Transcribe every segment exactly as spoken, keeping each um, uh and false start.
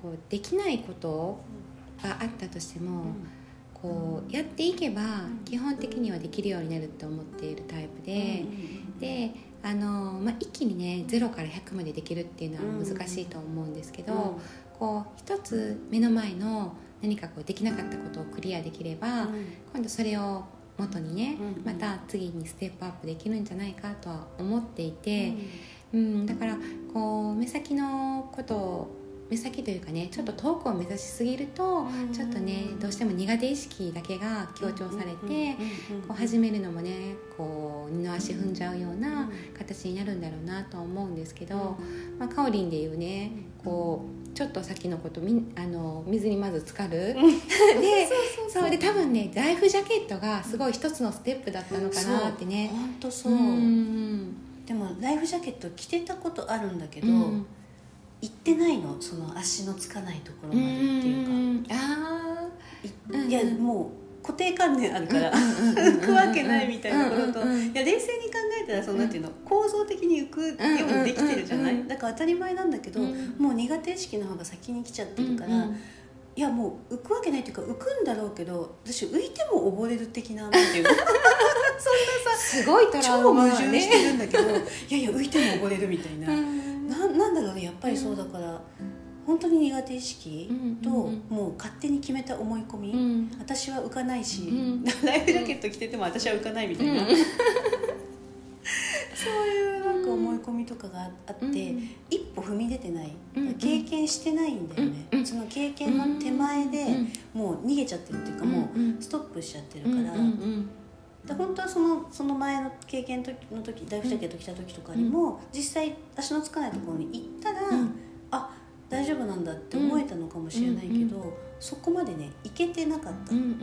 こうできないことがあったとしても、うん、こうやっていけば基本的にはできるようになると思っているタイプで、うん、であの、まあ、一気にねゼロからひゃくまでできるっていうのは難しいと思うんですけど、うん、こう一つ目の前の何かこうできなかったことをクリアできれば、うん、今度それを元にね、うん、また次にステップアップできるんじゃないかとは思っていて、うんうん、だからこう目先のことを目先というかねちょっと遠くを目指しすぎると、うん、ちょっとねどうしても苦手意識だけが強調されて、こう始めるのもねこう二の足踏んじゃうような形になるんだろうなとは思うんですけど、まあ、かおりんでいうねこうちょっと先のことみあの水にまず浸かるでそうで多分ねライフジャケットがすごい一つのステップだったのかなってね。 本当そう、うん、でもライフジャケット着てたことあるんだけど、うん行ってないのその足のつかないところまでっていうか、あい, いやもう固定観念あるから浮くわけないみたいなことと、いや冷静に考えたらそのなんていうの構造的に浮くようにできてるじゃない。だから当たり前なんだけど、うん、もう苦手意識の方が先に来ちゃってるから、うんうん、いやもう浮くわけないっていうか浮くんだろうけど私浮いても溺れる的ななんていうのそんなさすごいトラウマ、ね、 超矛盾してるんだけどいやいや浮いても溺れるみたいな、うんな, なんだろうねやっぱりそうだから、うん、本当に苦手意識と、うんうんうん、もう勝手に決めた思い込み、うん、私は浮かないし、うん、ライフジャケット着てても私は浮かないみたいな、うん、そういうなんか思い込みとかがあって、うん、一歩踏み出てない、うん、経験してないんだよね、うん、その経験の手前で、うん、もう逃げちゃってるっていうか、うん、もうストップしちゃってるから、うんうんうんで本当はその、その前の経験の時、の時ライフジャケット着た時とかにも、うん、実際足のつかないところに行ったら、うん、あ大丈夫なんだって思えたのかもしれないけど、うんうん、そこまでね行けてなかった、うんうんうん、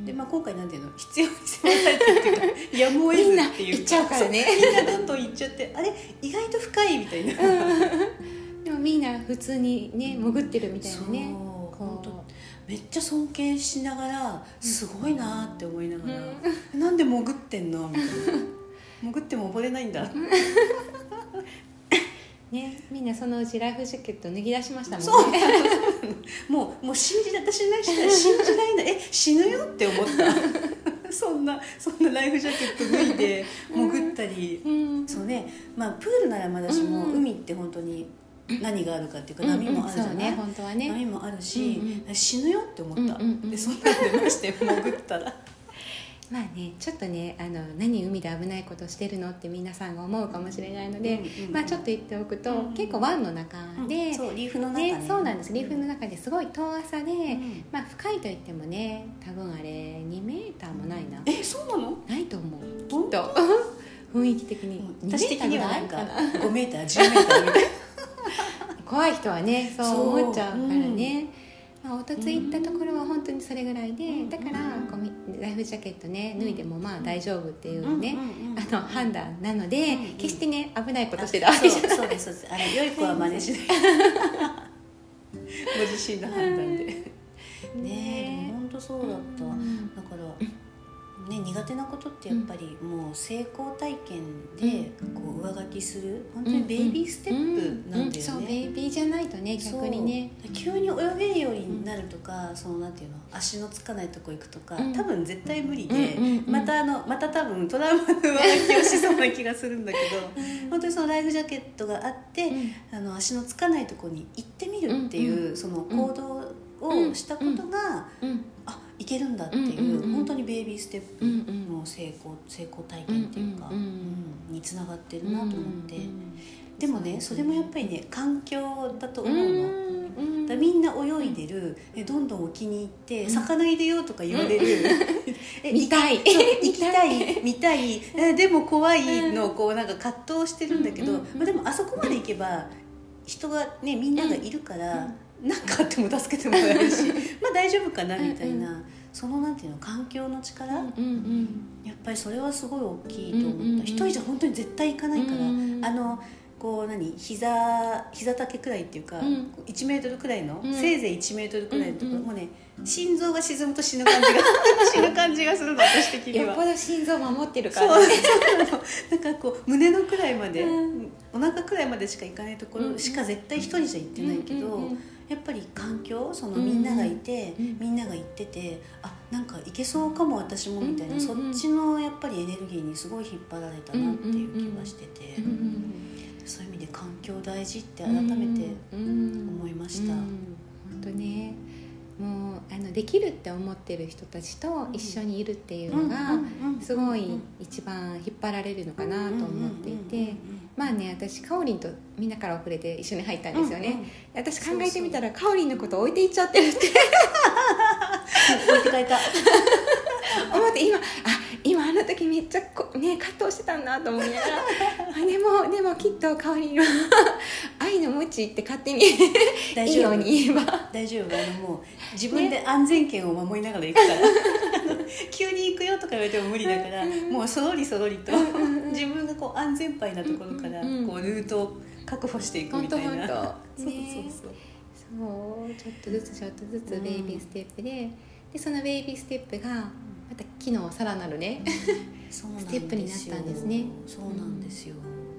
で、まあ、今回なんていうの必要に迫られてるっていうかやむを得ずっていうかみんな行っちゃうからねみんなどんどん行っちゃってあれ意外と深いみたいな、 うん、でもみんな普通にね潜ってるみたいなね、 そう本当めっちゃ尊敬しながらすごいなって思いながら、うん、なんで潜ってんのみたいな潜っても溺れないんだね、みんなそのうちライフジャケット脱ぎ出しましたもんね。 そうもうもう信じ私の人は信じないんだえ死ぬよって思ったそんなそんなライフジャケット脱いで潜ったり、うんうん、そうねまあプールならまだしも、うん、海って本当に何があるかっていうか波もあるじゃない、うんうんね本当はね、波もあるし、うんうん、死ぬよって思った、うんうんうん、でそんなんでまして潜ったらまあねちょっとねあの何海で危ないことしてるのって皆さんが思うかもしれないので、うんうんうん、まあちょっと言っておくと、うん、結構湾の中で、 うん、そうリーフの中ね、 ねそうなんですリーフの中ですごい遠浅で、うんまあ、深いと言ってもね多分あれにメーターもないなえそうなのないと思うきっと雰囲気的に、 うん、私的にはなんかごメーターじゅうメーターみたいな怖い人はねそう思っちゃうからね、うんまあ、おとつい行ったところは本当にそれぐらいで、うん、だからこうライフジャケットね脱いでもまあ大丈夫っていうね、うん、あの判断なので、うん、決してね危ないことしてたわけじゃないそうですそうですあの良い子は真似しないご自身の判断でねえでも本当そうだった、うん、だからね、苦手なことってやっぱりもう成功体験でこう上書きする本当にベイビーステップなんだよね、うんうんうん、 そうベイビーじゃないとね逆にね急に泳げるようになるとか、うん、そのなんていうの足のつかないとこ行くとか、うん、多分絶対無理で、うんうんうん、またあのまた多分トラウマの上書きをしそうな気がするんだけど、うん、本当にそのライフジャケットがあって、うん、あの足のつかないとこに行ってみるっていう、うんうん、その行動をしたことが、うんうん、あいけるんだっていう、うんうんうん、本当にベイビーステップの成功、成功体験っていうか、うんうんうん、につながってるなと思って、うんうん、でもねそれもやっぱりね環境だと思うの、うん、だみんな泳いでるどんどん沖に行って魚入れようとか言われる、うん、 え見たい行きたい見たいでも怖いのをこうなんか葛藤してるんだけど、うんうんうんまあ、でもあそこまで行けば人がねみんながいるから、うん何かあっても助けてもらえるしまあ大丈夫かなみたいな、うんうん、そのなんていうの環境の力、うんうん、やっぱりそれはすごい大きいと思った、うんうんうん、一人じゃ本当に絶対行かないから、うんうん、あのこう何膝膝丈くらいっていうか、うん、いちメートルくらいの、うん、せいぜいいちメートルくらいのところ、うんうん、もうね心臓が沈むと死ぬ感じが死ぬ感じがするの私的にはよっぽど心臓守ってるからねそうなんかこう胸のくらいまで、うん、お腹くらいまでしか行かないところしか絶対一人じゃ行ってないけど、うんうんうん、 やっぱり環境そのみんながいて、 うんうん、 みんなが行っててあなんか行けそうかも私もみたいな、うんうんうん、そっちのやっぱりエネルギーにすごい引っ張られたなっていう気がしてて、うんうんうん、そういう意味で環境大事って改めて思いました。 本当ね、もうあのできるって思ってる人たちと一緒にいるっていうのがすごい一番引っ張られるのかなと思っていて、まあね、私かおりんとみんなから遅れて一緒に入ったんですよね、うんうん、私考えてみたらかおりんのこと置いていっちゃってるって置いてかれた思って今あ今あの時めっちゃこ、ね、葛藤してたんだと思いながらでもでもきっとかおりんは愛の無知って勝手にいいように言えば大丈夫、あのもう自分で安全圏を守りながら行くから、ね、急に行くよとか言われても無理だから、うんうん、もうそろりそろりと、うんうん、自分がこう安全牌なところからこうルートを確保していくみたいな、 本当本当、ね、 そうそうそうそうちょっとずつちょっとずつベイビーステップで、うん、でそのベイビーステップがまた昨日さらなるね、うん、ステップになったんですね。 そうなんですよ、うん